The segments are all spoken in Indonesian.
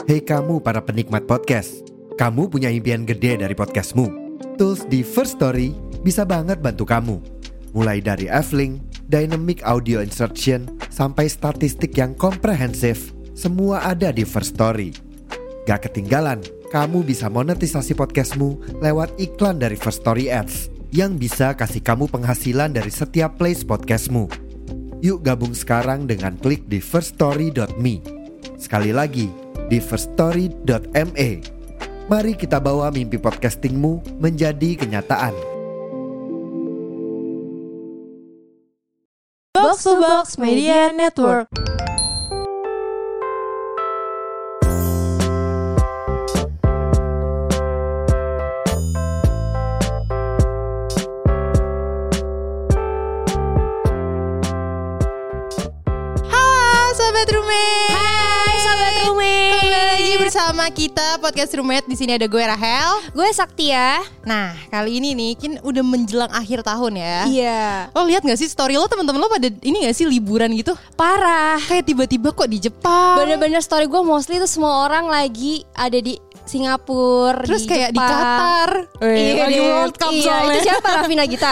Hei kamu para penikmat podcast, kamu punya impian gede dari podcastmu. Tools di First Story bisa banget bantu kamu. Mulai dari F-Link, Dynamic Audio Insertion, sampai statistik yang komprehensif, semua ada di First Story. Gak ketinggalan, kamu bisa monetisasi podcastmu lewat iklan dari First Story Ads yang bisa kasih kamu penghasilan dari setiap plays podcastmu. Yuk gabung sekarang dengan klik di firststory.me. Sekali lagi, di firststory.me. Mari kita bawa mimpi podcastingmu menjadi kenyataan. Box to Box Media Network. Sobat Roommate. Hai Sobat Roommate. Kembali lagi bersama kita Podcast Roommate. Di sini ada gue Rahel, gue Saktia. Nah, kali ini nih kan udah menjelang akhir tahun ya. Iya. Lo lihat gak sih story lo, teman-teman lo pada ini gak sih liburan gitu? Parah. Kayak tiba-tiba kok di Jepang. Bener-bener story gue mostly tuh semua orang lagi ada di Singapura, terus di kayak Jepang. di Qatar. Iya, lagi World Cup iya, soalnya. itu siapa? Raffi Nagita.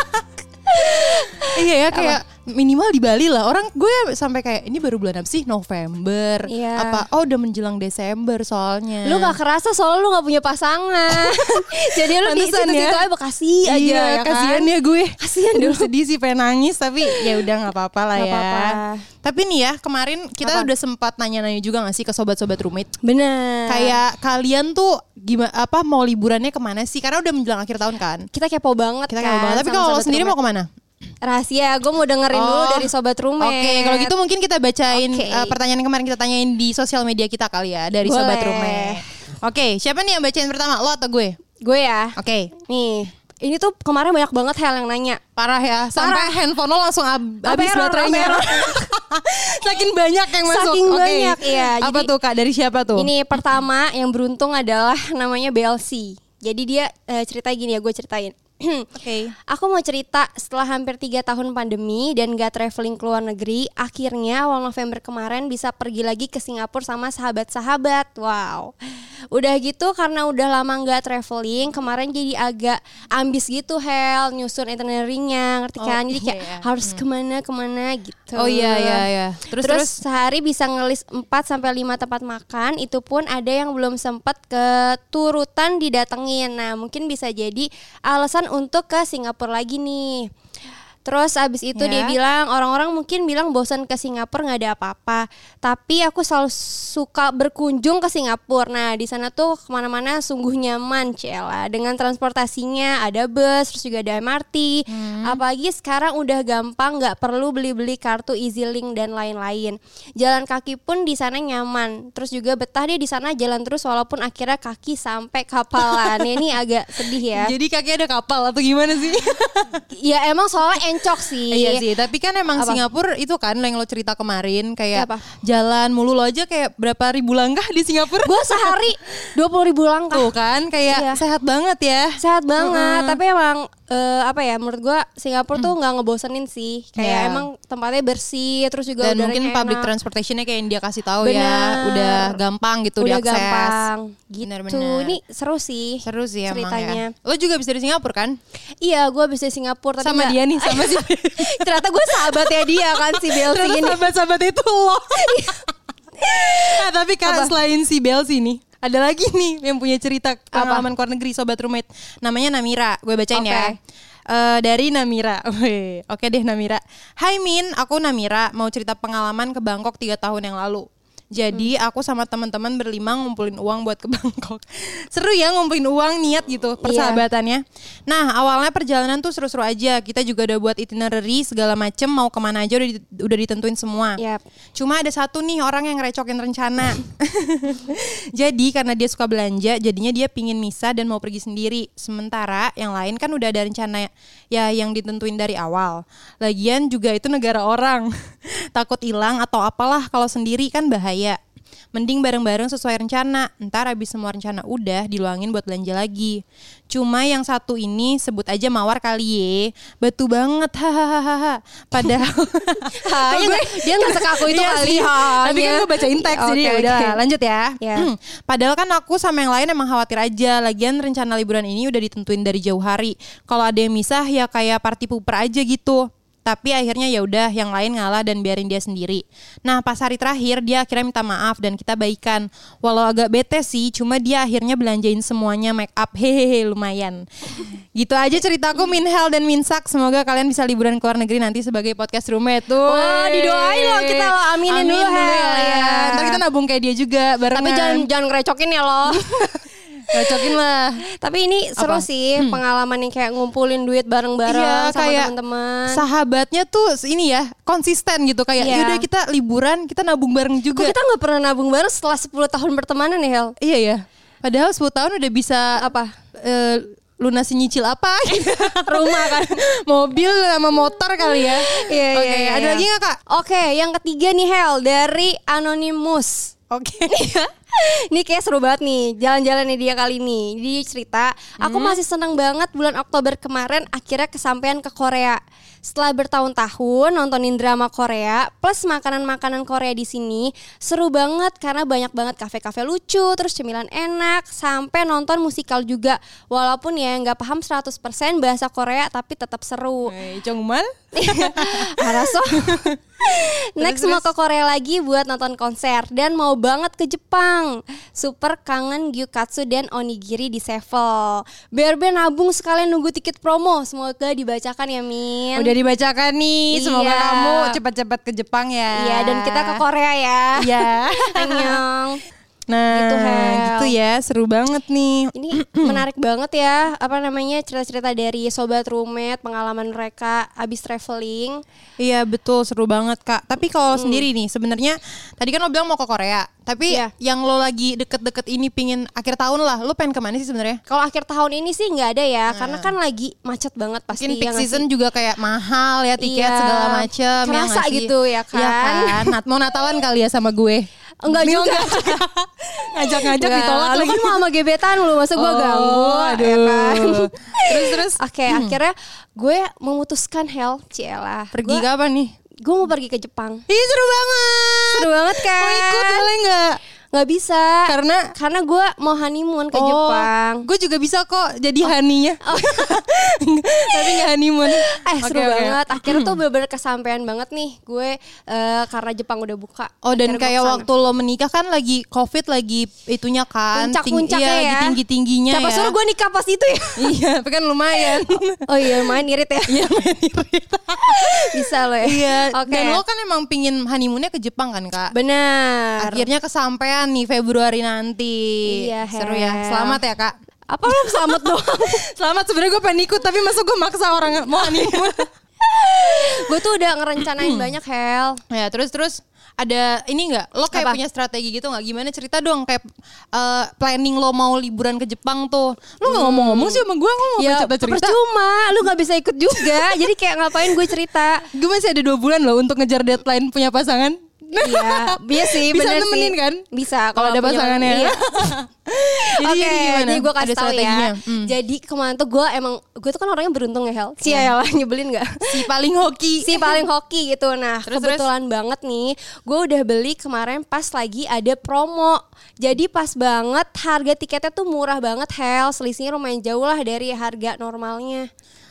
Iya ya, kayak minimal di Bali lah. Orang gue sampai kayak ini baru bulan apa sih? November. Iya. Apa? Oh, udah menjelang Desember soalnya. Lu gak kerasa soalnya lu gak punya pasangan. Jadi lu di Pantesan situ-situ ya. aja Bekasi aja iya, ya kan. kasihan ya gue. Kasihan Aduh, dulu. sedih sih, pengen nangis, tapi ya udah nggak apa-apa lah Nggak ya. apa-apa. Tapi nih ya, kemarin kita Apa? udah sempat nanya-nanya juga nggak sih ke sobat-sobat roommate? Bener. Kayak kalian tuh gimana? Apa mau liburannya kemana sih? Karena udah menjelang akhir tahun kan. kita kepo banget Kita kan. kan banget. Tapi sama kalau lo Sobat sendiri mau Roommate. kemana? Rahasia, gue mau dengerin dulu dari Sobat Roommate. Oke, kalau gitu mungkin kita bacain Oke. pertanyaan yang kemarin kita tanyain di sosial media kita kali ya dari Boleh. Sobat Roommate. Oke, siapa nih yang bacain pertama? Lo atau gue? Gue ya. Oke, Nih, ini tuh kemarin banyak banget hal yang nanya. parah ya. Sampai handphone lo langsung habis error, baterainya. apa error? Saking banyak yang masuk. Saking Oke. banyak, iya. Apa Jadi- tuh Kak? Dari siapa tuh? Ini pertama yang beruntung adalah namanya Belsi. Jadi dia cerita gini ya, gue ceritain. Oke. Aku mau cerita setelah hampir 3 tahun pandemi dan gak traveling ke luar negeri, akhirnya awal November kemarin bisa pergi lagi ke Singapura sama sahabat-sahabat. Wow. Udah gitu karena udah lama gak traveling, kemarin jadi agak ambis gitu Hel, nyusun itinerary-nya, ngerti kan? Jadi kayak iya. harus kemana gitu. Oh iya. Terus sehari bisa ngelis 4-5 tempat makan. Itu pun ada yang belum sempat keturutan didatengin. Nah mungkin bisa jadi alasan untuk ke Singapura lagi nih. Terus abis itu Ya. dia bilang, orang-orang mungkin bilang bosan ke Singapura nggak ada apa-apa, tapi aku selalu suka berkunjung ke Singapura. Nah di sana tuh kemana-mana sungguh nyaman, Cela. Dengan transportasinya ada bus, terus juga ada MRT. Apalagi sekarang udah gampang, nggak perlu beli-beli kartu EasyLink dan lain-lain. Jalan kaki pun di sana nyaman. Terus juga betah dia di sana jalan terus walaupun akhirnya kaki sampai kapalan. Ini agak sedih ya. Jadi kaki ada kapal atau gimana sih? Ya emang soalnya encok sih. Iya sih, tapi kan emang Apa? Singapura itu kan yang lo cerita kemarin kayak Apa? jalan mulu lo aja kayak berapa ribu langkah di Singapura. Gue sehari 20.000 langkah. Tuh kan kayak Iya. sehat banget ya. Sehat banget. Tapi emang apa ya, menurut gue Singapura tuh gak ngebosenin sih. Kayak Iya. emang tempatnya bersih. Terus juga Dan udaranya mungkin public enak. transportationnya kayak yang dia kasih tahu Bener. ya, udah gampang gitu udah diakses. gampang gitu. Bener-bener. Ini seru sih. Seru sih emang ceritanya. ya. Lo juga bisa dari Singapura kan? Iya, gue habis dari Singapura tapi Sama nggak- dia nih, sama si Ternyata gue sahabatnya dia kan, si Belsi ternyata ini. sahabat-sahabat itu lo. Nah, tapi Kak, Apa? selain si Belsi nih, ada lagi nih yang punya cerita pengalaman keluar negeri Sobat Roommate. Namanya Namira, gue bacain Oke. ya. Dari Namira. Wih, oke deh Namira. Hai Min, aku Namira, mau cerita pengalaman ke Bangkok 3 tahun yang lalu. Jadi aku sama teman-teman berlima ngumpulin uang buat ke Bangkok. Seru ya ngumpulin uang, niat gitu persahabatannya. Nah awalnya perjalanan tuh seru-seru aja. Kita juga udah buat itinerary segala macem, mau kemana aja udah ditentuin semua. Yap. Cuma ada satu nih orang yang ngerecokin rencana. Jadi karena dia suka belanja, jadinya dia pingin misah dan mau pergi sendiri. Sementara yang lain kan udah ada rencana ya yang ditentuin dari awal. Lagian juga itu negara orang. Takut hilang atau apalah kalau sendiri kan bahaya. Mending bareng-bareng sesuai rencana. Ntar abis semua rencana udah diluangin buat belanja lagi. Cuma yang satu ini sebut aja mawar kali ye. Batu banget hahaha. Padahal dia nggak sekaku itu iya kali. sih, tapi kan gue bacain teks jadi ya udah lanjut ya. Yeah. Padahal kan aku sama yang lain emang khawatir aja. Lagian rencana liburan ini udah ditentuin dari jauh hari. Kalau ada yang misah ya kayak party pooper aja gitu. Tapi akhirnya ya udah yang lain ngalah dan biarin dia sendiri. Nah pas hari terakhir dia akhirnya minta maaf dan kita baikan. Walau agak bete sih, cuma dia akhirnya belanjain semuanya make up. Hehehe lumayan. Gitu aja ceritaku Minhel dan Minsak. Semoga kalian bisa liburan ke luar negeri nanti sebagai podcast roommate tuh. Wah didoain loh kita loh, aminin dulu Hel ya. Ntar kita nabung kayak dia juga barengan. Tapi jangan ngerecokin ya loh. Cocokin lah. Tapi ini seru sih pengalaman yang kayak ngumpulin duit bareng-bareng sama kayak teman-teman. Sahabatnya tuh ini ya konsisten gitu kayak yaudah kita liburan kita nabung bareng juga. Kok kita nggak pernah nabung bareng setelah 10 tahun bertemanan nih Hel? Iya ya. Padahal 10 tahun udah bisa Apa? Lunasin nyicil apa gitu. Rumah kan. Mobil sama motor kali ya. Iya. Oke, ada lagi gak Kak? Oke, yang ketiga nih Hel dari Anonymous. Oke. Ini kayak seru banget nih jalan-jalan nih dia kali ini. Dia cerita, aku masih seneng banget bulan Oktober kemarin akhirnya kesampaian ke Korea. Setelah bertahun-tahun nontonin drama Korea plus makanan-makanan Korea di sini, seru banget karena banyak banget kafe-kafe lucu, terus cemilan enak, sampai nonton musikal juga. Walaupun ya nggak paham 100% bahasa Korea tapi tetap seru. Jongmal? Haraso. Next mau ke Korea lagi buat nonton konser dan mau banget ke Jepang. Super kangen gyukatsu dan onigiri di Sevel. BRB nabung sekalian nunggu tiket promo. Semoga dibacakan ya Min. Udah dibacakan nih. Iya. Semoga kamu cepat-cepat ke Jepang ya. Iya dan kita ke Korea ya. Iya. Annyeong. Nah Gitu, Hel. gitu ya. Seru banget nih. Ini menarik banget ya, apa namanya, cerita-cerita dari sobat roommate, pengalaman mereka abis traveling. Iya betul, seru banget Kak. Tapi kalau sendiri nih sebenarnya tadi kan lo bilang mau ke Korea. Tapi Iya. yang lo lagi deket-deket ini pingin akhir tahun lah, lo pengen kemana sih sebenarnya? Kalau akhir tahun ini sih nggak ada ya, karena kan lagi macet banget pasti. Mungkin peak ya nggak season sih? juga kayak mahal ya tiket Iya. segala macem. Kerasa nggak sih? gitu ya kan? Iya kan? Mau Natalan kali ya sama gue. Enggak juga. Ngajak-ngajak Enggak, ditolak lu lagi. kan mau sama gebetan lu, masa gue ganggu, aduh. ya kan? Terus Oke, akhirnya gue memutuskan Hel, Ciela. pergi kapan nih? Gue mau pergi ke Jepang. Ih seru banget. Seru banget kan? Mau ikut boleh nggak? Nggak bisa. Karena gue mau honeymoon ke Jepang. Gue juga bisa kok jadi haninya. Tapi nggak honeymoon. Seru banget. Akhirnya tuh bener-bener kesampean banget nih gue karena Jepang udah buka. Oh dan Akhirnya gue kayak kesana. waktu lo menikah kan lagi COVID lagi itunya kan Puncak-puncaknya iya, ya. lagi tinggi-tingginya Siapa ya. suruh gue nikah pas itu ya? Iya tapi kan lumayan. Oh iya lumayan irit ya. Iya lumayan irit. Bisa lo ya. Iya. Oke. Dan lo kan emang pingin honeymoonnya ke Jepang kan Kak? Benar. Akhirnya kesampean nih Februari nanti. Iya, Seru Hel. ya. Selamat ya Kak. Apa lo selamat doang? Selamat, sebenarnya gue pengen ikut tapi masa gue maksa orang mau honeymoon. Gue tuh udah ngerencanain banyak Hel. Ya terus ada ini nggak? Lo kayak Apa? punya strategi gitu nggak? Gimana cerita dong kayak planning lo mau liburan ke Jepang tuh? Lo nggak ngomong-ngomong sih sama gue mau Ya cerita. percuma, lu gak bisa ikut juga. Jadi kayak ngapain gue cerita? Gue masih ada 2 bulan loh untuk ngejar deadline punya pasangan. Iya sih, Bisa bener nemenin sih. kan? Bisa Kalau ada punya- pasangannya. Iya. Jadi Oke, gimana? jadi gue kasih Ada tahu ya. strateginya. Jadi kemarin tuh gue tuh kan orangnya beruntung ya Hel. Cia nyebelin gak? Si paling hoki. Si paling hoki gitu. Nah Terus, kebetulan banget nih, gue udah beli kemarin pas lagi ada promo. Jadi pas banget harga tiketnya tuh murah banget Hel. Selisihnya lumayan jauh lah dari harga normalnya.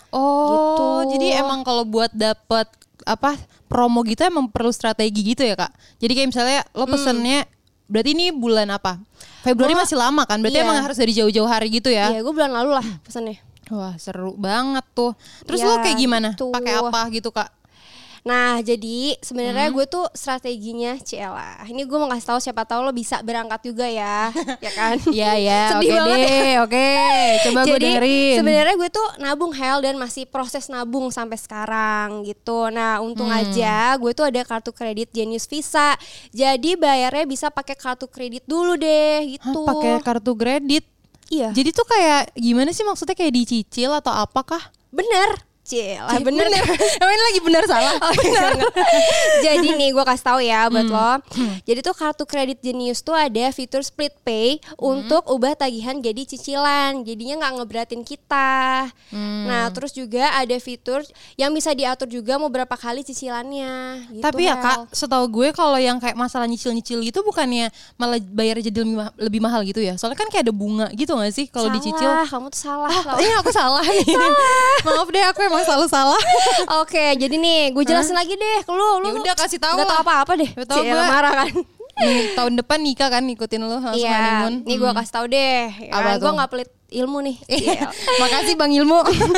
Oh, Gitu. jadi emang kalau buat dapet apa promo gitu emang perlu strategi gitu ya Kak? Jadi kayak misalnya lo pesennya, berarti ini bulan apa? Februari Gua- masih lama kan? Berarti iya. emang harus dari jauh-jauh hari gitu ya? Iya gue bulan lalu lah pesannya. Wah seru banget tuh. Terus Ya, lo kayak gimana? gitu. Pakai apa gitu Kak? Nah jadi sebenarnya gue tuh strateginya Ciela. Ini gue mau kasih tahu siapa tahu lo bisa berangkat juga ya, ya kan? Iya ya, oke Sedih banget ya. deh, oke. Coba gue Jadi dengerin. sebenarnya gue tuh nabung Hel dan masih proses nabung sampai sekarang gitu. Nah untung aja gue tuh ada kartu kredit Genius Visa. Jadi bayarnya bisa pakai kartu kredit dulu deh gitu. Hah, pakai kartu kredit. Iya. Jadi tuh kayak gimana sih maksudnya kayak dicicil atau apakah? Bener. Cila, bener. Emang ini lagi benar salah? Bener. Jadi nih gue kasih tahu ya buat lo. Jadi tuh kartu kredit Genius tuh ada fitur split pay untuk ubah tagihan jadi cicilan. Jadinya nggak ngeberatin kita. Nah terus juga ada fitur yang bisa diatur juga mau berapa kali cicilannya. Gitu, Tapi ya Hel. Kak, setahu gue kalau yang kayak masalah nyicil-nyicil gitu bukannya malah bayar jadi lebih mahal gitu ya? Soalnya kan kayak ada bunga gitu gak sih kalau dicicil? Salah, kamu tuh salah. Iya aku salah nih. Maaf deh aku emang selalu salah. Oke, jadi nih gue jelasin lagi deh ke lu. Ya udah kasih tahu Gak tau lah. apa-apa deh. Gak tahu Cila gue. marah kan. Nih, tahun depan nikah kan ngikutin lu langsung Iya, honeymoon. nih gue kasih tahu deh. Ya, Apa gue tuh? nggak pelit ilmu nih. Makasih Bang Ilmu.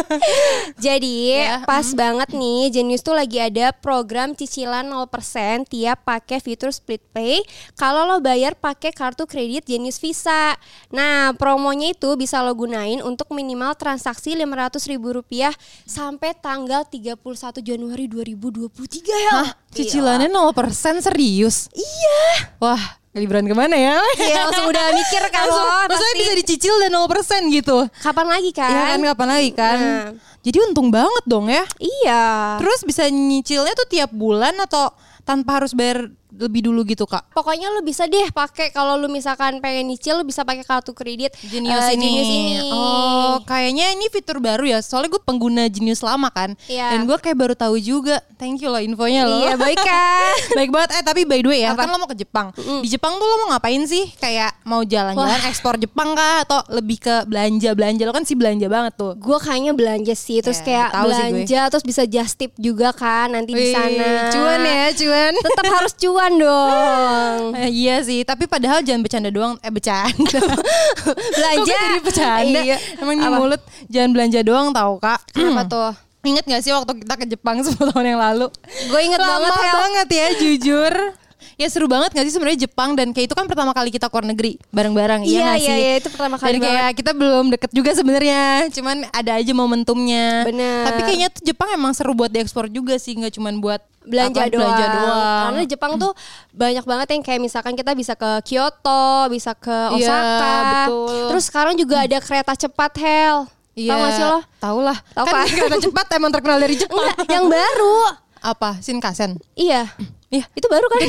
Jadi Ya, pas banget nih Genius tuh lagi ada program cicilan 0% tiap pakai fitur split pay kalau lo bayar pakai kartu kredit Genius Visa. Nah promonya itu bisa lo gunain untuk minimal transaksi Rp500.000 sampai tanggal 31 Januari 2023 ya. Hah, cicilannya 0% serius? Iya. Wah, liburan kemana ya? Iya langsung udah mikir kan lo Maksudnya pasti. bisa dicicil dan 0% gitu. Kapan lagi kan? Iya kan, kapan lagi kan? Nah. Jadi untung banget dong ya. Iya. Terus bisa nyicilnya tuh tiap bulan atau tanpa harus bayar lebih dulu gitu Kak? Pokoknya lu bisa deh pakai kalau lu misalkan pengen nyicil lu bisa pakai kartu kredit Genius ini. Genius ini. Oh, kayaknya ini fitur baru ya. Soalnya gue pengguna Genius lama kan. Iya. Dan gue kayak baru tahu juga. Thank you loh infonya loh. Iya baik kan. Baik banget. Tapi by the way ya, Apa? kan lo mau ke Jepang. Di Jepang tuh lo mau ngapain sih? Kayak mau jalan-jalan ekspor Jepang kah? Atau lebih ke belanja-belanja? Lo kan sih belanja banget tuh. Gue kayaknya belanja sih terus Ya, kayak tahu sih gue. belanja terus bisa just tip juga kan nanti di sana. Cuan ya, cuan. Tetap harus cuan dong. Iya sih, tapi padahal jangan bercanda doang. Bercanda. Belanja. Kok jadi bercanda? Iya. Emang di Apa? mulut jangan belanja doang tau Kak. Kenapa tuh? Ingat gak sih waktu kita ke Jepang 10 tahun yang lalu? Gue inget Lama banget Hel. banget ya jujur. Ya seru banget gak sih sebenarnya Jepang, dan kayak itu kan pertama kali kita keluar negeri bareng-bareng. Iya nggak iya sih? iya itu pertama kali Dan kayak kita belum deket juga sebenarnya, cuman ada aja momentumnya. Bener. Tapi kayaknya tuh Jepang emang seru buat diekspor juga sih, nggak cuman buat belanja doang. belanja doang. Karena Jepang tuh banyak banget yang kayak misalkan kita bisa ke Kyoto, bisa ke Iya, Osaka. betul. Terus sekarang juga ada kereta cepat Hel. Tahu gak sih lo? Tahu lah. Tahu Kan kan? kereta cepat emang terkenal dari Jepang. Enggak, yang baru. Apa? Shinkansen. Iya. Iya. Itu baru kan?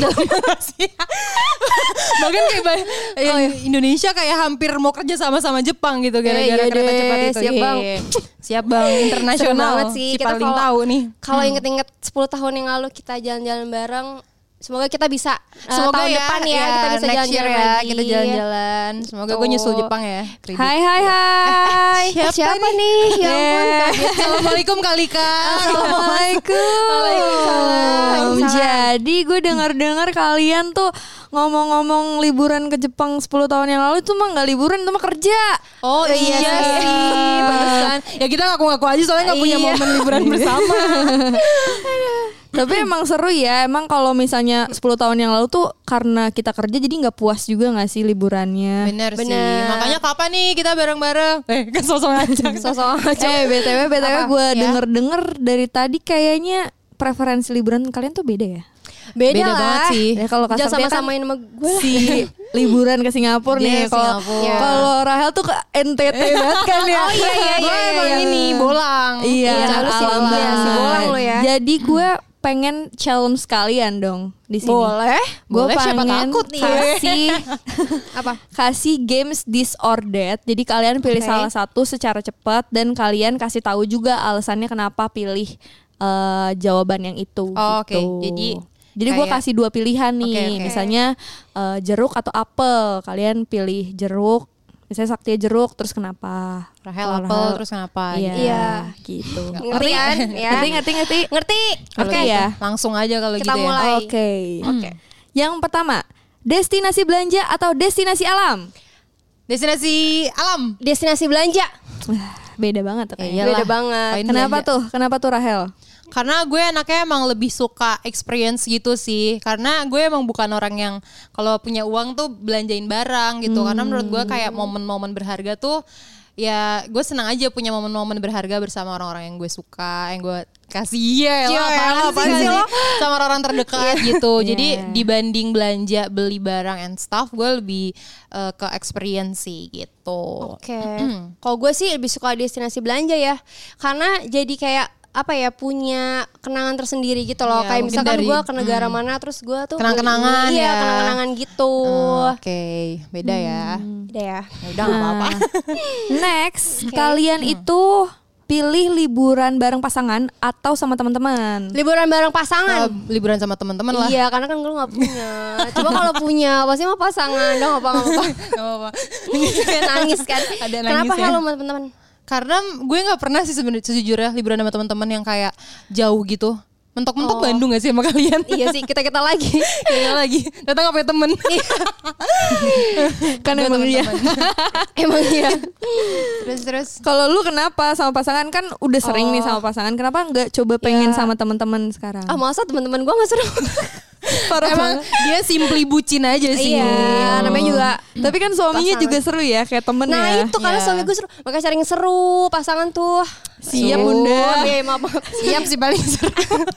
Bahkan kayak Indonesia kayak hampir mau kerja sama Jepang gitu gara-gara iya kereta deh, cepat itu. siap, Bang. Iya. Siap Bang, Seru internasional. banget sih. Si Kita paling kalau- tahu nih. Kalau inget-inget 10 tahun yang lalu kita jalan-jalan bareng, semoga kita bisa Semoga tahun ya, depan ya, ya, kita bisa next year jalan-jalan ya, lagi. kita jalan-jalan. Semoga gue Tuh. nyusul Jepang ya. Kredit. Hai. Siapa nih? Ya ampun, kaget. Assalamualaikum kali Kak. Assalamualaikum. Waalaikumsalam. Jadi gue dengar-dengar kalian tuh ngomong-ngomong liburan ke Jepang 10 tahun yang lalu itu mah nggak liburan, itu mah kerja. Oh iya sih, pantesan. Ya kita ngaku-ngaku aja soalnya nggak punya Iya. momen liburan bersama. Tapi emang seru ya. Emang kalau misalnya 10 tahun yang lalu tuh karena kita kerja jadi nggak puas juga nggak sih liburannya. Bener sih. Bener. Makanya kapan nih kita bareng-bareng? Kan sosok ngajak. Sosok BTW Apa? gue Ya. denger-denger dari tadi kayaknya preferensi liburan kalian tuh beda ya. beda Beda lah. banget sih. Ya kalau Jangan kasarnya kan sama-samain sama gue lah. si liburan ke Singapura Dia nih. Kalau Singapura. kalau Rahel tuh ke NTT banget kan ya. Oh iya iya Gue iya. emang iya. ini bolang. Iya, Iya, lu sih, alam iya, si bolang lo ya. Jadi gue pengen challenge kalian dong di sini. Boleh. Gue Boleh, siapa pengen takut nih. kasih Apa? kasih games this or that. Jadi kalian pilih Oke. salah satu secara cepat dan kalian kasih tahu juga alasannya kenapa pilih jawaban yang itu. Oh, gitu. oke. Jadi gue kayak- kasih 2 pilihan nih. Oke, oke. Misalnya jeruk atau apel. Kalian pilih jeruk. Misalnya Saktia jeruk, terus kenapa? Rahel Kalau apel Rahel- terus kenapa? Iya, Iya. gitu. Ngerti kan? Ya. Ngerti. Ngerti. Kalau Oke gitu, ya. Langsung aja kalau Kita gitu ya. mulai. Oke. Oke. Yang pertama, destinasi belanja atau destinasi alam? Destinasi alam. Destinasi belanja. Beda banget tuh kayaknya. Iyalah. Beda banget. Ngapain Kenapa belanja? tuh? Kenapa tuh Rahel? Karena gue anaknya emang lebih suka experience gitu sih. Karena gue emang bukan orang yang kalau punya uang tuh belanjain barang gitu. Karena menurut gue kayak momen-momen berharga tuh ya gue senang aja punya momen-momen berharga bersama orang-orang yang gue suka, yang gue kasih ya Cie, lah, apaan sih lo? sama orang terdekat gitu. Iya. Jadi dibanding belanja beli barang and stuff, gue lebih ke experience sih gitu. Oke. Kalau gue sih lebih suka destinasi belanja ya. Karena jadi kayak apa ya, punya kenangan tersendiri gitu loh. Iya, Kayak mungkin misalkan dari- gue ke negara mana, terus gue tuh Kenang-kenangan iya, ya. kenang-kenangan gitu. Oke, beda ya. Udah ya. Ya udah nggak apa-apa. Next, kalian itu pilih liburan bareng pasangan atau sama teman-teman? Liburan bareng pasangan. Liburan sama teman-teman lah. Iya, karena kan gue nggak punya. Coba kalau punya, pasti mah pasangan. Udah nggak apa-apa. Nggak apa-apa. Nangis kan? Ada Kenapa nangis ya. halo sama teman-teman? Karena gue nggak pernah sih sebenarnya sejujurnya liburan sama teman-teman yang kayak jauh gitu. Mentok-mentok Bandung gak sih sama kalian? Iya sih, kita lagi. Iya lagi. Datang apa temen? Kan emang iya. Emang iya. Terus. Kalau lu kenapa sama pasangan, kan udah sering nih sama pasangan, kenapa nggak coba pengen sama teman-teman sekarang? Ah, masa teman-teman gue nggak seru? Parah Emang banget. dia simply bucin aja sih. Iya, namanya juga. Tapi kan suaminya Pasangan. juga seru ya, kayak temen Nah ya. itu karena Iya. suami gue seru. Makanya sering seru pasangan tuh. Siap, Seru. Bunda. Iya, maaf. Siap sih paling seru.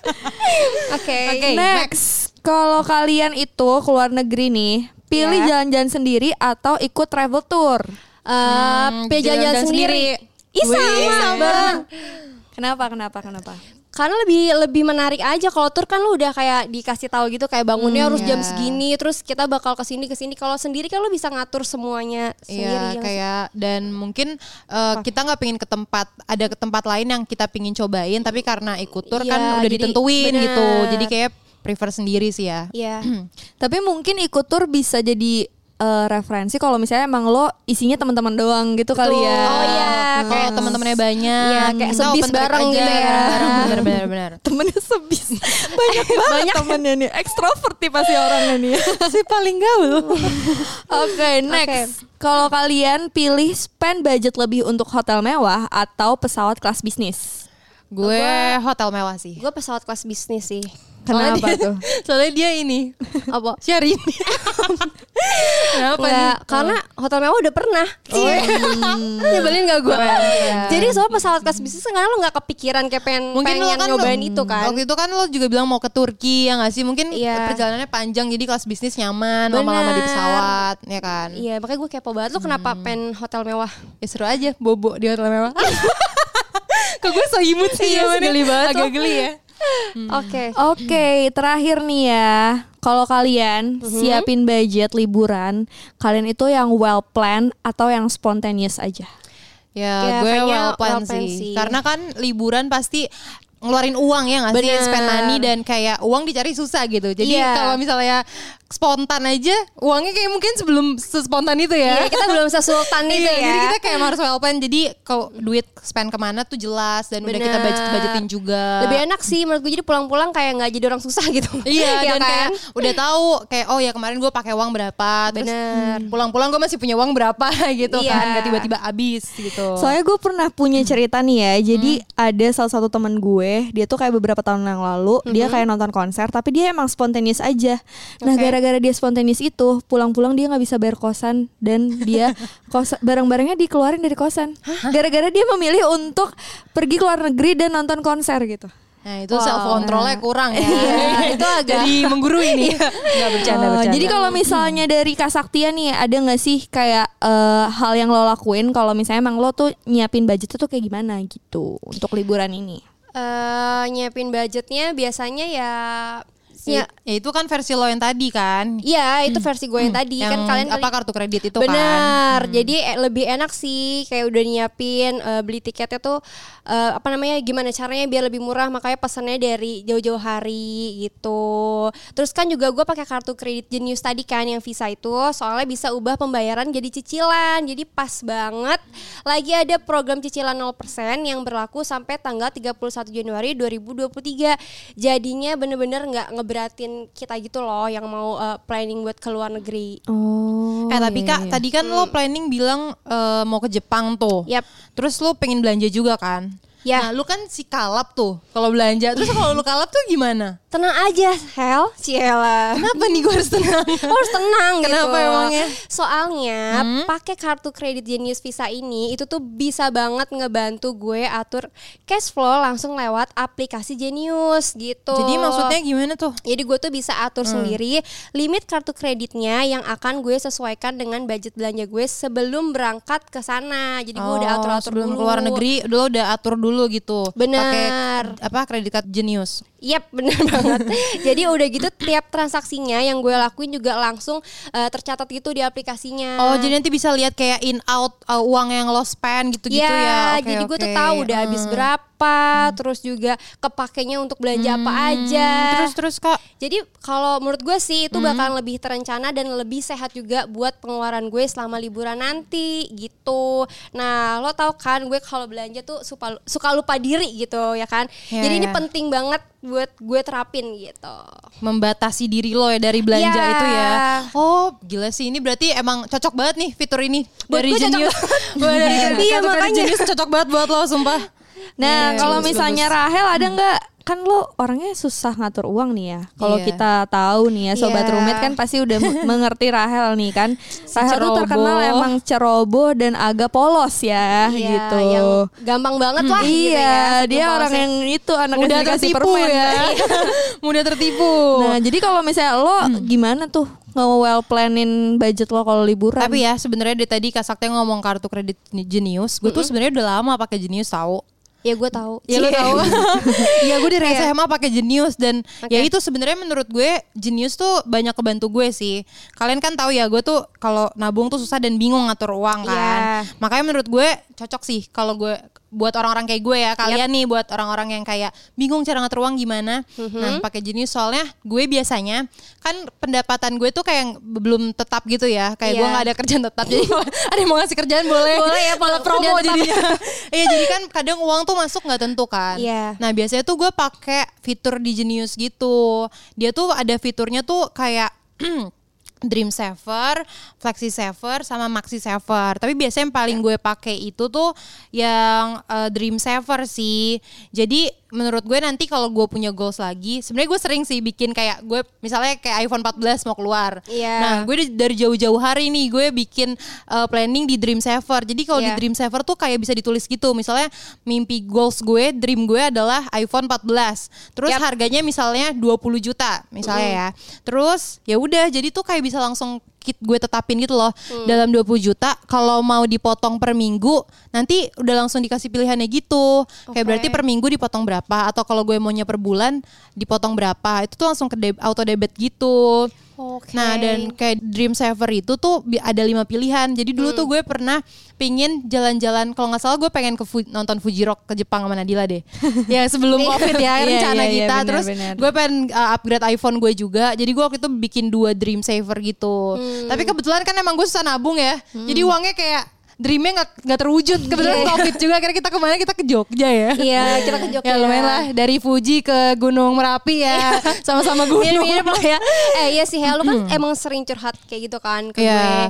Oke. Oke. Next, kalau kalian itu keluar negeri nih, pilih Ya. jalan-jalan sendiri atau ikut travel tour? Pilih jalan-jalan jalan-jalan sendiri. Ih, Wih, sama. Kenapa? Karena lebih menarik aja. Kalau tur kan lu udah kayak dikasih tahu gitu, kayak bangunnya harus jam segini, terus kita bakal kesini. Kalau sendiri kan lu bisa ngatur semuanya sendiri. Iya ya nggak sih? kayak dan mungkin kita nggak pengen ke tempat lain yang kita pingin cobain, tapi karena ikut tur Iya, kan udah jadi ditentuin bener. gitu. Jadi kayak prefer sendiri sih ya. Iya. Tapi mungkin ikut tour bisa jadi referensi kalau misalnya emang lo isinya teman-teman doang gitu kali ya. Oh iya, Kalau kayak teman-temannya banyak, Iya, kayak kita sebis open trip bareng aja, gitu ya. Benar. Temennya sebis. Banyak banget temennya nih. Ekstrovert nih pasti orangnya nih. Si paling gaul. Oke, next. Kalau kalian pilih spend budget lebih untuk hotel mewah atau pesawat kelas bisnis? Gue hotel mewah sih. Gue pesawat kelas bisnis sih. Kenapa Soalnya dia- tuh? Soalnya dia ini Apa? Syahrini. Kenapa nih? Enggak, karena hotel mewah udah pernah. Nyebelin gak gue? Jadi soal pesawat kelas bisnis kan karena lo gak kepikiran kayak pengen Mungkin lo kan nyobain itu kan. Waktu itu kan lo juga bilang mau ke Turki ya nggak sih? Mungkin Iya. perjalanannya panjang jadi kelas bisnis nyaman, Bener. lama-lama di pesawat, ya kan? Iya, makanya gue kepo banget. Lo kenapa pengen hotel mewah? Ya seru aja bobo di hotel mewah. Kok gue so imut sih Iya, zamannya? geli banget Agak lo. geli ya. Oke. Oke, terakhir nih ya. Kalau kalian siapin budget liburan, kalian itu yang well planned atau yang spontaneous aja? Ya, Ya, gue kayaknya well plan well plan sih. sih. Karena kan liburan pasti ngeluarin uang ya nggak sih? Bener. Spend money dan kayak uang dicari susah gitu. Jadi Iya. kalau misalnya spontan aja, uangnya kayak mungkin sebelum sespontan itu ya. Iya, kita belum sesultan itu Iya, ya. jadi kita kayak harus well plan. Jadi kalau duit spend kemana tuh jelas dan udah Bener. kita budgetin juga. Lebih enak sih menurut gue, jadi pulang-pulang kayak nggak jadi orang susah gitu. Iya, Iya dan kan? kayak udah tahu kayak oh ya kemarin gue pakai uang berapa, terus Bener. pulang-pulang gue masih punya uang berapa gitu Iya. kan, nggak tiba-tiba habis gitu. Soalnya gue pernah punya cerita nih ya. Jadi ada salah satu teman gue, dia tuh kayak beberapa tahun yang lalu dia kayak nonton konser, tapi dia emang spontaneous aja. Nah, Oke. gara-gara dia spontaneous itu, pulang-pulang dia nggak bisa bayar kosan dan dia barang-barangnya dikeluarin dari kosan. Gara-gara dia memilih untuk pergi ke luar negeri dan nonton konser gitu. Nah itu self controlnya kurang ya. Iya, itu agak Jadi menggurui nih. Nggak bercanda. Jadi kalau misalnya dari Kak Saktia nih, ada nggak sih kayak hal yang lo lakuin kalau misalnya emang lo tuh nyiapin budget tuh kayak gimana gitu untuk liburan ini? nyiapin budgetnya biasanya ya. ya itu kan versi lo yang tadi kan. Iya, itu versi gue yang tadi Yang kan kalian apa kartu kredit itu kan. benar. Jadi lebih enak sih kayak udah nyiapin beli tiketnya tuh apa namanya, gimana caranya biar lebih murah, makanya pesannya dari jauh-jauh hari gitu. Terus kan juga gue pakai kartu kredit Genius tadi kan yang Visa itu, soalnya bisa ubah pembayaran jadi cicilan. Jadi pas banget lagi ada program cicilan 0% yang berlaku sampai tanggal 31 Januari 2023. Jadinya bener-bener nggak ngeberatin kita gitu loh yang mau planning buat ke luar negeri. Oh. Tapi Kak, tadi kan lo planning bilang mau ke Jepang tuh. Yap. Terus lo pengen belanja juga kan? Ya. Nah, lu kan si kalap tuh kalau belanja. Terus kalau lu kalap tuh gimana? tenang aja, Hel, Ciela. Kenapa nih gue harus tenang? Lo harus tenang gitu. Kenapa emangnya? Soalnya pakai kartu kredit Genius Visa ini itu tuh bisa banget ngebantu gue atur cash flow langsung lewat aplikasi Genius gitu. Jadi maksudnya gimana tuh? Jadi gue tuh bisa atur sendiri limit kartu kreditnya yang akan gue sesuaikan dengan budget belanja gue sebelum berangkat ke sana. Jadi gue udah atur-atur sebelum dulu. keluar negeri udah atur dulu gitu. Benar. Pakai kredit card Genius. Yep, bener banget. Jadi udah gitu tiap transaksinya yang gue lakuin juga langsung tercatat gitu di aplikasinya. Oh, jadi nanti bisa lihat kayak in out uang yang lo spend gitu-gitu ya. Jadi gue tuh tahu udah habis berapa, terus juga kepakainya untuk belanja apa aja. Terus Kak. Jadi kalau menurut gue sih itu bakalan lebih terencana dan lebih sehat juga buat pengeluaran gue selama liburan nanti gitu. Nah, lo tahu kan gue kalau belanja tuh suka lupa diri gitu ya kan. Jadi ini penting banget buat gue terapin gitu. Membatasi diri lo ya dari belanja itu ya. Oh, gila sih, ini berarti emang cocok banget nih fitur ini Buat dari gue Genius. Iya, Dari makanya. Genius cocok banget buat lo, sumpah. Nah, kalau bagus, misalnya Rahel ada nggak? Kan lo orangnya susah ngatur uang nih ya. Kalau kita tahu nih ya Sobat Roommate kan pasti udah mengerti Rahel nih kan. Rahel tuh terkenal emang ceroboh dan agak polos ya gitu. Yang gampang banget lah gitu Iya, ya, dia orang yang itu anak yang Mudah dikasih tertipu permen. ya. Mudah tertipu. Nah, jadi kalau misalnya lo gimana tuh nge-well planning budget lo kalau liburan? Tapi ya sebenarnya dari tadi Kak Sakti ngomong kartu kredit Genius, gue tuh sebenarnya udah lama pakai Genius tahu. Ya gue tahu. Ya lo tahu. Ya gue dari SMA pakai Genius dan ya itu sebenarnya menurut gue Genius tuh banyak kebantu gue sih. Kalian kan tahu ya gue tuh kalau nabung tuh susah dan bingung ngatur uang kan. Makanya menurut gue cocok sih kalau gue buat orang-orang kayak gue ya, kalian nih buat orang-orang yang kayak bingung cara ngatur uang gimana. Nah, pakai Genius soalnya gue biasanya kan pendapatan gue tuh kayak belum tetap gitu ya. Kayak gue enggak ada kerjaan tetap. Jadi ada yang mau ngasih kerjaan boleh. Boleh ya, malah promo jadinya. Iya, jadi kan kadang uang tuh masuk nggak tentu kan. Nah, biasanya tuh gue pakai fitur di Genius gitu. Dia tuh ada fiturnya tuh kayak Dream Saver, Flexi Saver, sama Maxi Saver. Tapi biasanya yang paling gue pakai itu tuh yang Dream Saver sih. Jadi menurut gue nanti kalau gue punya goals lagi, sebenarnya gue sering sih bikin kayak gue misalnya kayak iPhone 14 mau keluar. Nah, gue dari jauh-jauh hari nih gue bikin planning di Dream Saver. Jadi kalau di Dream Saver tuh kayak bisa ditulis gitu. Misalnya mimpi goals gue, dream gue adalah iPhone 14. Terus harganya misalnya 20 juta misalnya ya. Terus ya udah jadi tuh kayak bisa langsung gue tetapin gitu loh dalam 20 juta kalau mau dipotong per minggu nanti udah langsung dikasih pilihannya gitu. Kayak berarti per minggu dipotong berapa atau kalau gue maunya per bulan dipotong berapa. Itu tuh langsung ke auto debit gitu. Nah, dan kayak Dream Saver itu tuh ada 5 pilihan. Jadi dulu tuh gue pernah pingin jalan-jalan, kalau nggak salah gue pengen nonton Fuji Rock ke Jepang sama Nadila deh. Ya sebelum Covid ya rencana kita. Terus gue pengen upgrade iPhone gue juga. Jadi gue waktu itu bikin 2 Dream Saver gitu. Tapi kebetulan kan emang gue susah nabung ya. Jadi uangnya kayak dreamnya nggak terwujud. Kebetulan Covid juga. Akhirnya kita kemana? Kita ke Jogja ya. Iya, kita ke Jogja. Ya lumayan lah, dari Fuji ke Gunung Merapi ya. Sama-sama gunung. Mirip-mirip lah ya. Iya sih, lu kan emang sering curhat kayak gitu kan ke gue.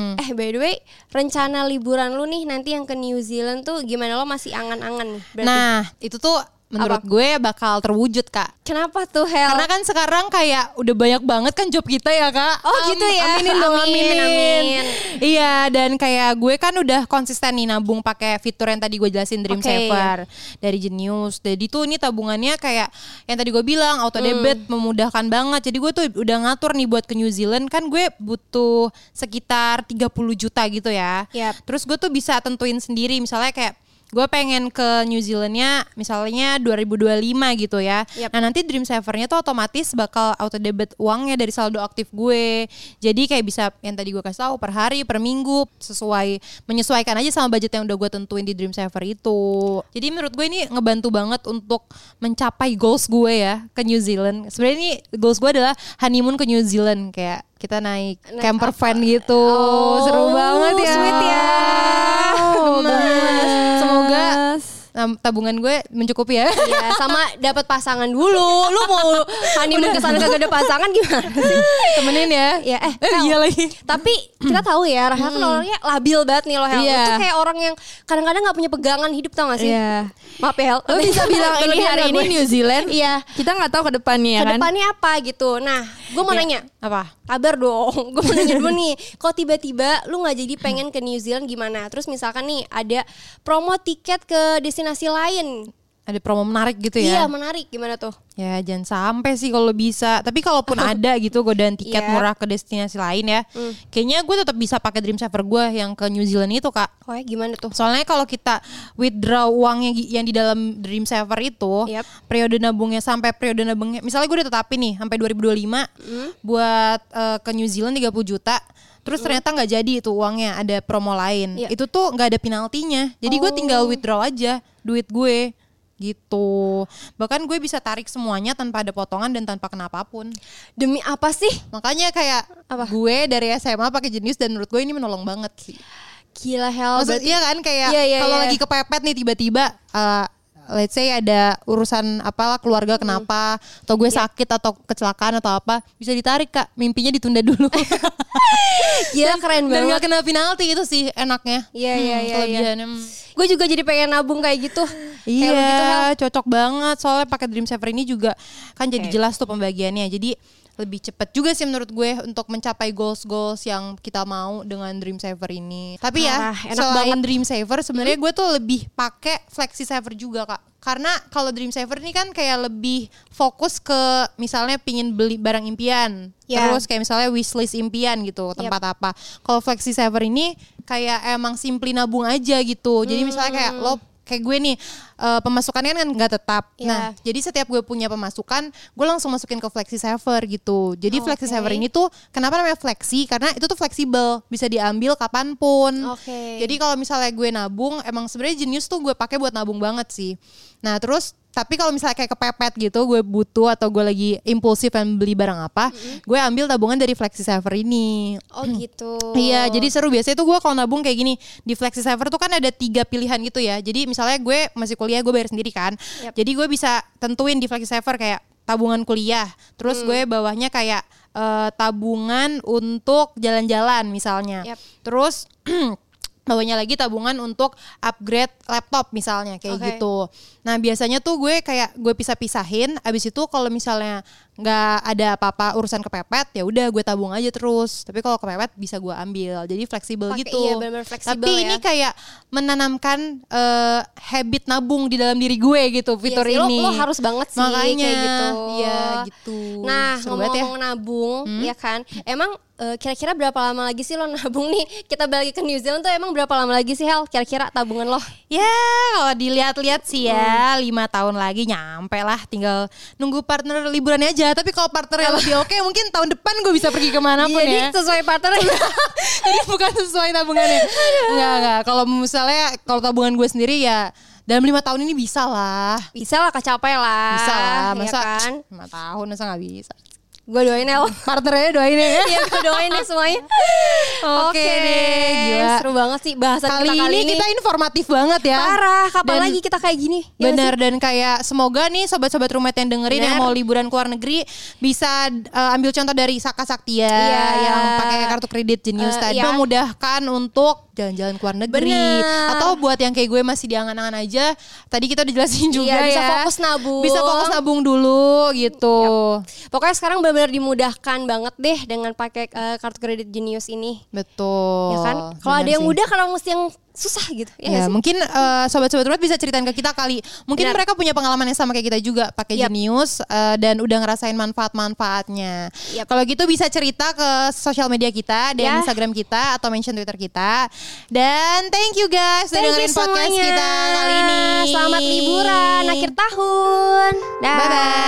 By the way, rencana liburan lu nih nanti yang ke New Zealand tuh gimana, lo masih angan-angan nih berarti? Nah, itu tuh menurut gue bakal terwujud, Kak. Kenapa tuh, Hel? Karena kan sekarang kayak udah banyak banget kan job kita ya, Kak. Oh gitu ya. Aminin dong, aminin. Amin. Iya, dan kayak gue kan udah konsisten nih nabung pakai fitur yang tadi gue jelasin, Dream Saver dari Genius. Jadi tuh ini tabungannya kayak yang tadi gue bilang auto debit, memudahkan banget. Jadi gue tuh udah ngatur nih buat ke New Zealand kan gue butuh sekitar 30 juta gitu ya. Terus gue tuh bisa tentuin sendiri misalnya kayak gue pengen ke New Zealandnya misalnya 2025 gitu ya. Nah nanti Dream Savernya tuh otomatis bakal auto debit uangnya dari saldo aktif gue. Jadi kayak bisa yang tadi gue kasih tahu per hari, per minggu, menyesuaikan aja sama budget yang udah gue tentuin di Dream Saver itu. Jadi menurut gue ini ngebantu banget untuk mencapai goals gue ya ke New Zealand. Sebenarnya ini goals gue adalah honeymoon ke New Zealand, kayak kita naik camper van gitu. Seru banget ya. Sweet ya. Gemes. Semoga tabungan gue mencukupi ya. Iya, sama dapat pasangan dulu. Lu mau honeymoon ke sana kagak ada pasangan gimana sih? Temenin ya. Ya, iya lagi. Tapi kita tahu ya, Rahel kan orangnya labil banget nih loh, Hel. Iya. Itu kayak orang yang kadang-kadang gak punya pegangan hidup, tau gak sih? Iya. Maaf ya, Hel. Lo bisa bilang ini hari ini New Zealand. Iya. Kita nggak tahu ke depannya ya kan. Kedepannya apa gitu. Nah, gue mau nanya. Apa? Kabar dong. Gue mau nanya dulu nih. Kok tiba-tiba lu gak jadi pengen ke New Zealand gimana? Terus misalkan nih ada promo tiket ke destinasi lain. Ada promo menarik gitu ya? Iya, menarik. Gimana tuh? Ya jangan sampai sih kalau bisa. Tapi kalaupun ada gitu godaan tiket Iya. murah ke destinasi lain ya, kayaknya gue tetap bisa pakai Dream Saver gue yang ke New Zealand itu, Kak. Oh ya, gimana tuh? Soalnya kalau kita withdraw uangnya yang di dalam Dream Saver itu, Yap. periode nabungnya sampai periode nabungnya, misalnya gue udah tetapin nih sampai 2025 buat ke New Zealand 30 juta. Terus ternyata nggak jadi itu uangnya, ada promo lain. Iya. Itu tuh nggak ada penaltinya. Jadi gue tinggal withdraw aja duit gue gitu. Bahkan gue bisa tarik semuanya tanpa ada potongan dan tanpa kena apapun. Demi apa sih? Makanya kayak gue dari SMA pakai Genius dan menurut gue ini menolong banget sih. Gila, Hel. Maksudnya kan kayak Iya, kalau iya. lagi kepepet nih tiba-tiba let's say ada urusan apalah keluarga kenapa atau gue sakit atau kecelakaan atau apa, bisa ditarik, Kak, mimpinya ditunda dulu. Gila, keren Dan banget. gak kena penalti, itu sih enaknya. Iya. Kelebihannya. Gue juga jadi pengen nabung kayak gitu. Kayak lu gitu, Hel. Iya, cocok banget soalnya pakai Dream Saver ini juga kan jadi jelas tuh pembagiannya. Jadi lebih cepat juga sih menurut gue untuk mencapai goals yang kita mau dengan Dream Saver ini. Tapi ya, Parah, enak selain banget. Dream Saver sebenarnya gue tuh lebih pakai Flexi Saver juga, Kak. Karena kalau Dream Saver ini kan kayak lebih fokus ke misalnya pingin beli barang impian. Ya. Terus kayak misalnya wishlist impian gitu, tempat apa. Kalau Flexi Saver ini kayak emang simply nabung aja gitu. Jadi misalnya kayak lo kayak gue nih pemasukannya kan nggak tetap. Iya. Nah, jadi setiap gue punya pemasukan, gue langsung masukin ke Flexi Saver gitu. Jadi Flexi Oke. Saver ini tuh kenapa namanya flexi? Karena itu tuh fleksibel, bisa diambil kapanpun. Oke. Jadi kalau misalnya gue nabung, emang sebenarnya Genius tuh gue pakai buat nabung banget sih. Nah, terus tapi kalau misalnya kayak kepepet gitu, gue butuh atau gue lagi impulsif dan beli barang apa, gue ambil tabungan dari Flexi Saver ini. Oh gitu. Iya, jadi seru. Biasanya tuh gue kalau nabung kayak gini, di Flexi Saver tuh kan ada 3 pilihan gitu ya. Jadi misalnya gue masih kuliah, gue bayar sendiri kan. Yap. Jadi gue bisa tentuin di Flexi Saver kayak tabungan kuliah. Terus gue bawahnya kayak tabungan untuk jalan-jalan misalnya. Yap. Terus bawahnya lagi tabungan untuk upgrade laptop misalnya kayak Oke. gitu. Nah biasanya tuh gue kayak gue pisah-pisahin. Abis itu kalau misalnya nggak ada apa-apa urusan kepepet, ya udah gue tabung aja terus. Tapi kalau kepepet bisa gue ambil. Jadi fleksibel Pakai- gitu. iya, benar-benar fleksibel Tapi ya. ini kayak menanamkan habit nabung di dalam diri gue gitu. Fitur Iya sih, ini. lo harus banget sih Makanya, kayak gitu. Iya gitu. Nah, Seru banget ya. ngomong-ngomong nabung, ya kan? Emang kira-kira berapa lama lagi sih lo nabung nih? Kita balik ke New Zealand tuh emang berapa lama lagi sih, Hel? Kira-kira tabungan lo? Ya kalau dilihat-lihat sih ya 5 tahun lagi nyampe lah. Tinggal nunggu partner liburannya aja. Tapi kalau partnernya lebih oke, mungkin tahun depan gue bisa pergi kemana pun Jadi ya. sesuai partner. Jadi bukan sesuai tabungannya. Enggak. Kalau misalnya kalau tabungan gue sendiri ya dalam 5 tahun ini bisa lah. Bisa lah, kecapai lah. Bisa lah. ya Masa kan? 5 tahun masa gak bisa. Gue doain El. Partnernya doain ya. Iya, gue doain deh semuanya. Oke deh, gila. Seru banget sih bahasan Kali kita ini kita informatif banget ya. parah. Kapan Dan- lagi kita kayak gini? Ya Bener, nggak sih? dan kayak semoga nih sobat-sobat roommate yang dengerin yang Bener. mau liburan ke luar negeri bisa ambil contoh dari Saka Saktia Iya. yang pakai kartu kredit Genius tadi, iya. memudahkan untuk jalan-jalan ke luar negeri. Bener. Atau buat yang kayak gue masih di angan-angan aja, tadi kita udah jelasin juga Iya, bisa ya. fokus nabung. Bisa fokus nabung dulu gitu. Pokoknya sekarang benar-benar dimudahkan banget deh dengan pakai kartu kredit Genius ini. Betul. Ya kan? Kalau ada Bener yang sih. mudah, kalau mesti yang susah gitu. Ya, Ya, nggak sih? mungkin sobat-sobat roommate bisa ceritain ke kita kali. Mungkin Benar. mereka punya pengalaman yang sama kayak kita juga pakai Yap. Genius dan udah ngerasain manfaat-manfaatnya. Yap. Kalau gitu bisa cerita ke sosial media kita dan Ya. Instagram kita atau mention Twitter kita. Dan thank you guys udah Thank you dengerin podcast semuanya. kita kali ini. Selamat liburan akhir tahun. Dah. Bye-bye.